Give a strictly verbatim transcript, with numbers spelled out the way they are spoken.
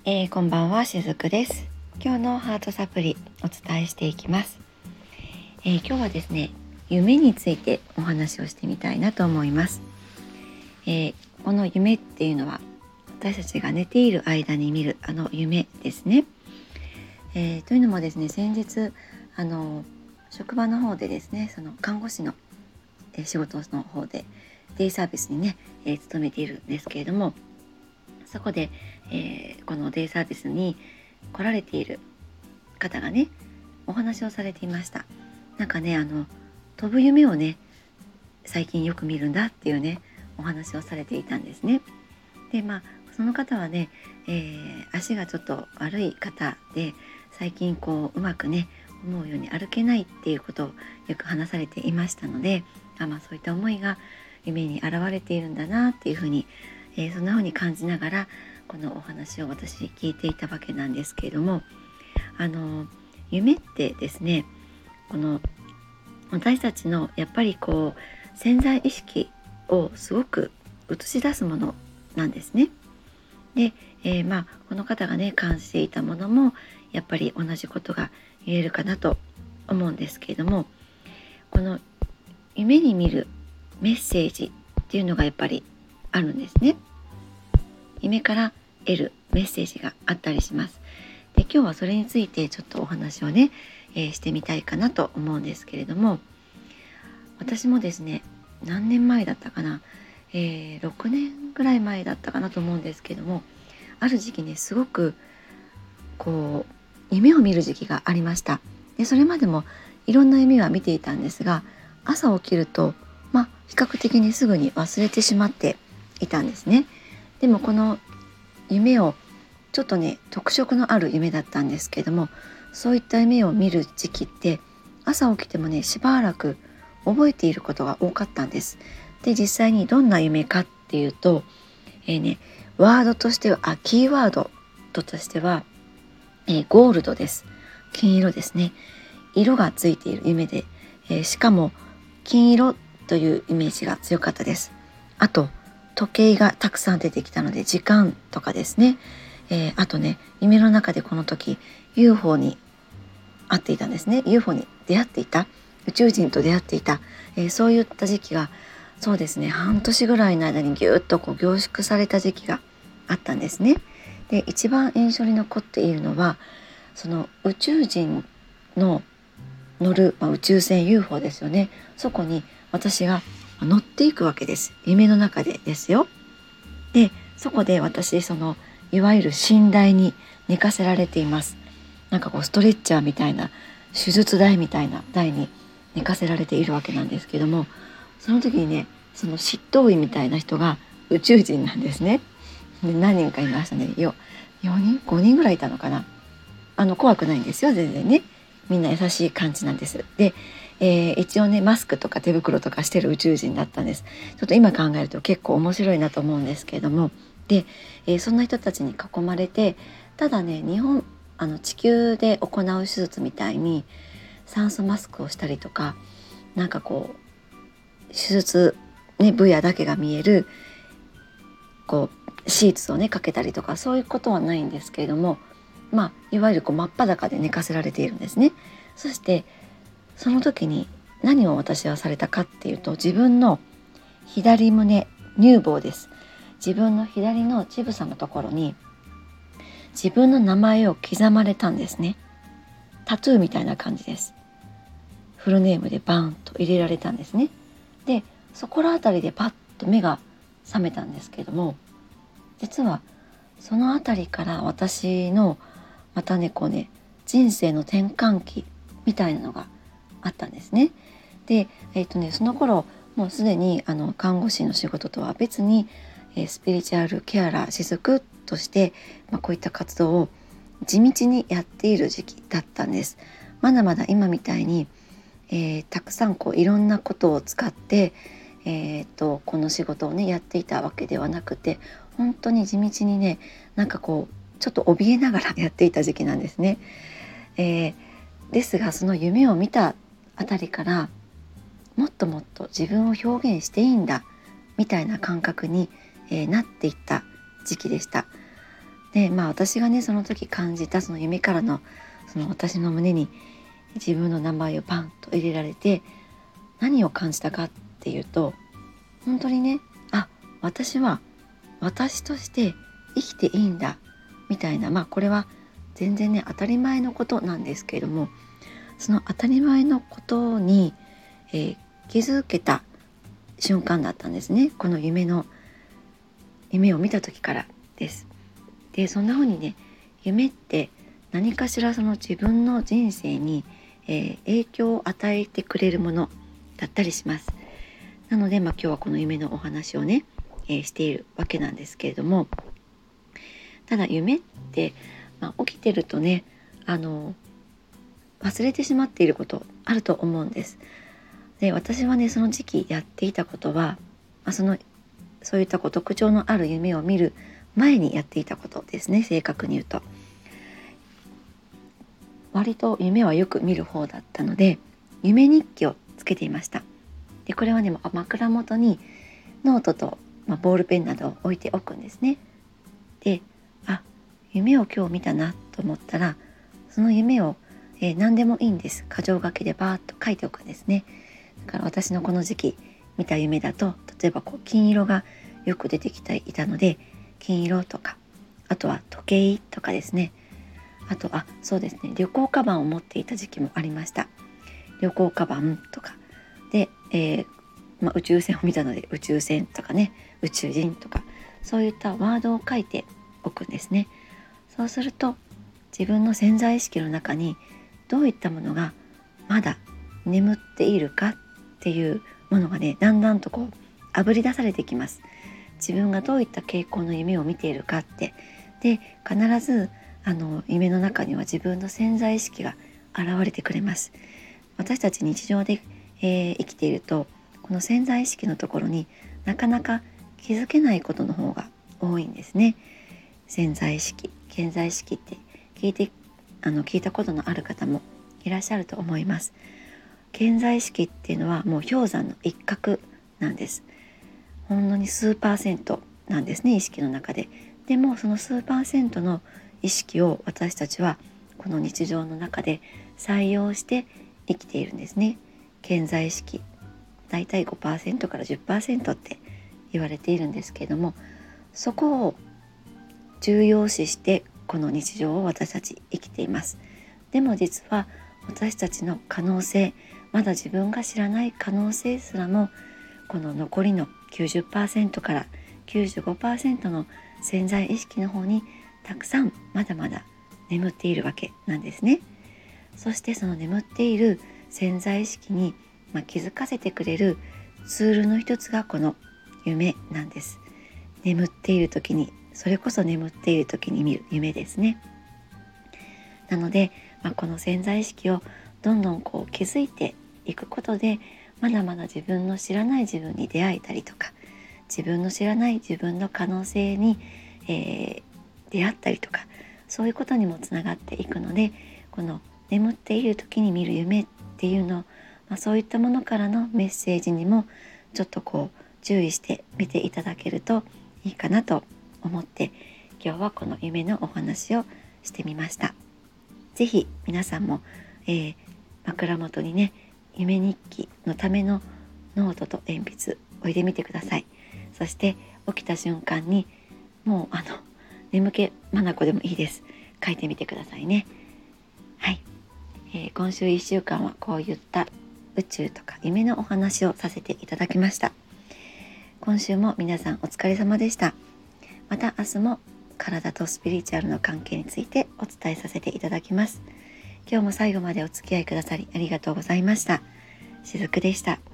えー、こんばんは、しずくです。今日のハートサプリお伝えしていきます。えー、今日はですね、夢についてお話をしてみたいなと思います。えー、この夢っていうのは私たちが寝ている間に見るあの夢ですね。えー、というのもですね、先日あの職場の方でですね、その看護師の、えー、仕事の方でデイサービスにね、えー、勤めているんですけれども、そこで、えー、このデイサービスに来られている方がね、お話をされていました。なんかね、あの飛ぶ夢をね、最近よく見るんだっていうね、お話をされていたんですね。で、まあその方はね、えー、足がちょっと悪い方で、最近こううまくね思うように歩けないっていうことをよく話されていましたので、あ、まあそういった思いが夢に現れているんだなっていうふうに、えー、そんなふうに感じながらこのお話を私聞いていたわけなんですけれども、あの夢ってですね、この私たちのやっぱりこう潜在意識をすごく映し出すものなんですね。で、えー、まあこの方がね感じていたものもやっぱり同じことが言えるかなと思うんですけれども、この夢に見るメッセージっていうのがやっぱりあるんですね。夢から得るメッセージがあったりします。で、今日はそれについてちょっとお話をね、えー、してみたいかなと思うんですけれども、私もですね、何年前だったかな、えー、ろくねんぐらい前だったかなと思うんですけども、ある時期ねすごくこう夢を見る時期がありました。で、それまでもいろんな夢は見ていたんですが、朝起きるとまあ比較的にすぐに忘れてしまっていたんですね。でもこの夢をちょっとね特色のある夢だったんですけども、そういった夢を見る時期って朝起きてもねしばらく覚えていることが多かったんです。で、実際にどんな夢かっていうと、えーね、ワードとしてはあキーワードとしては、えー、ゴールドです。金色ですね。色がついている夢で、えーしかも金色というイメージが強かったです。あと時計がたくさん出てきたので時間とかですね、えーあとね夢の中でこの時 ユーフォー に会っていたんですね。 ユーフォー に出会っていた、宇宙人と出会っていた、えーそういった時期がそうですね半年ぐらいの間にぎゅっとこう凝縮された時期があったんですね。で、一番印象に残っているのはその宇宙人の乗る、まあ、宇宙船 ユーフォー ですよね。そこに私が乗っていくわけです。夢の中でですよ。で、そこで私そのいわゆる寝台に寝かせられています。なんかこうストレッチャーみたいな、手術台みたいな台に寝かせられているわけなんですけども、その時にねその執刀医みたいな人が宇宙人なんですね。で、何人かいましたね。よよにんごにんぐらいいたのかな。あの怖くないんですよ、全然ね。みんな優しい感じなんです。で、えー一応ねマスクとか手袋とかしてる宇宙人だったんです。ちょっと今考えると結構面白いなと思うんですけれども、で、えーそんな人たちに囲まれて、ただね日本あの地球で行う手術みたいに酸素マスクをしたりとか、なんかこう手術ね部屋だけが見えるこうシーツをねかけたりとか、そういうことはないんですけれども、まあいわゆるこう真っ裸で寝かせられているんですね。そしてその時に何を私はされたかっていうと、自分の左胸乳房です。自分の左の乳房のところに自分の名前を刻まれたんですね。タトゥーみたいな感じです。フルネームでバーンと入れられたんですね。で、そこらあたりでパッと目が覚めたんですけれども、実はそのあたりから私のまたねこうね人生の転換期みたいなのがあったんですね。で、えっとねその頃もうすでにあの看護師の仕事とは別に、えースピリチュアルケアラーしずくとして、まあ、こういった活動を地道にやっている時期だったんです。まだまだ今みたいに、えーたくさんこういろんなことを使って、えー、とこの仕事をねやっていたわけではなくて、本当に地道にねなんかこうちょっと怯えながらやっていた時期なんですね。えーですがその夢を見たあたりからもっともっと自分を表現していいんだみたいな感覚に、えーなっていった時期でした。 でまあ私がねその時感じたその夢からのその私の胸に自分の名前をパンと入れられて何を感じたかっていうと、本当にね、あ、私は私として生きていいんだみたいな、まあこれは全然ね当たり前のことなんですけれども、その当たり前のことに、えー気づけた瞬間だったんですね。この夢の夢を見た時からです。でそんな風にね、夢って何かしらその自分の人生に、えー影響を与えてくれるものだったりします。なので、まあ、今日はこの夢のお話をね、えーしているわけなんですけれども、ただ夢って、まあ、起きてるとね、あの忘れてしまっていることあると思うんです。で私はねその時期やっていたことは、まあ、そのそういったこう特徴のある夢を見る前にやっていたことですね。正確に言うと割と夢はよく見る方だったので、夢日記をつけていました。でこれはね枕元にノートと、まあ、ボールペンなどを置いておくんですね。であ夢を今日見たなと思ったら、その夢を、えー、何でもいいんです。箇条書きでバーッと書いておくんですね。だから私のこの時期見た夢だと、例えばこう金色がよく出てきていたので金色とか、あとは時計とかですね、あとあそうですね旅行カバンを持っていた時期もありました。旅行カバンとかで、えーまあ、宇宙船を見たので宇宙船とかね、宇宙人とか、そういったワードを書いておくんですね。そうすると自分の潜在意識の中にどういったものがまだ眠っているかっていうものがね、だんだんとこうあぶり出されてきます。自分がどういった傾向の夢を見ているかって。で必ずあの夢の中には自分の潜在意識が現れてくれます。私たち日常で、えー生きていると、この潜在意識のところになかなか気づけないことの方が多いんですね。潜在意識、潜在意識って聞いてあの聞いたことのある方もいらっしゃると思います。潜在意識っていうのはもう氷山の一角なんです。ほんのに数パーセントなんですね、意識の中で。でもその数パーセントの意識を私たちはこの日常の中で採用して生きているんですね。潜在意識だいたい ごパーセント から じゅっパーセント って言われているんですけれども、そこを重要視してこの日常を私たち生きています。でも実は私たちの可能性、まだ自分が知らない可能性すらも、この残りの きゅうじゅっパーセント から きゅうじゅうごパーセント の潜在意識の方にたくさんまだまだ眠っているわけなんですね。そしてその眠っている潜在意識に、まあ、気づかせてくれるツールの一つがこの夢なんです。眠っている時に、それこそ眠っている時に見る夢ですね。なので、まあ、この潜在意識をどんどんこう気づいていくことで、まだまだ自分の知らない自分に出会えたりとか、自分の知らない自分の可能性に、えー、出会ったりとか、そういうことにもつながっていくので、この眠っている時に見る夢っていうの、まあ、そういったものからのメッセージにもちょっとこう注意して見ていただけるといいかなと思って、今日はこの夢のお話をしてみました。ぜひ皆さんも、えー、枕元にね、夢日記のためのノートと鉛筆置いてみてください。そして起きた瞬間にもうあの眠気まなこでもいいです。書いてみてくださいね。はい、えー、今週いっしゅうかんはこういった宇宙とか夢のお話をさせていただきました。今週も皆さんお疲れ様でした。また明日も体とスピリチュアルの関係についてお伝えさせていただきます。今日も最後までお付き合いくださりありがとうございました。しずくでした。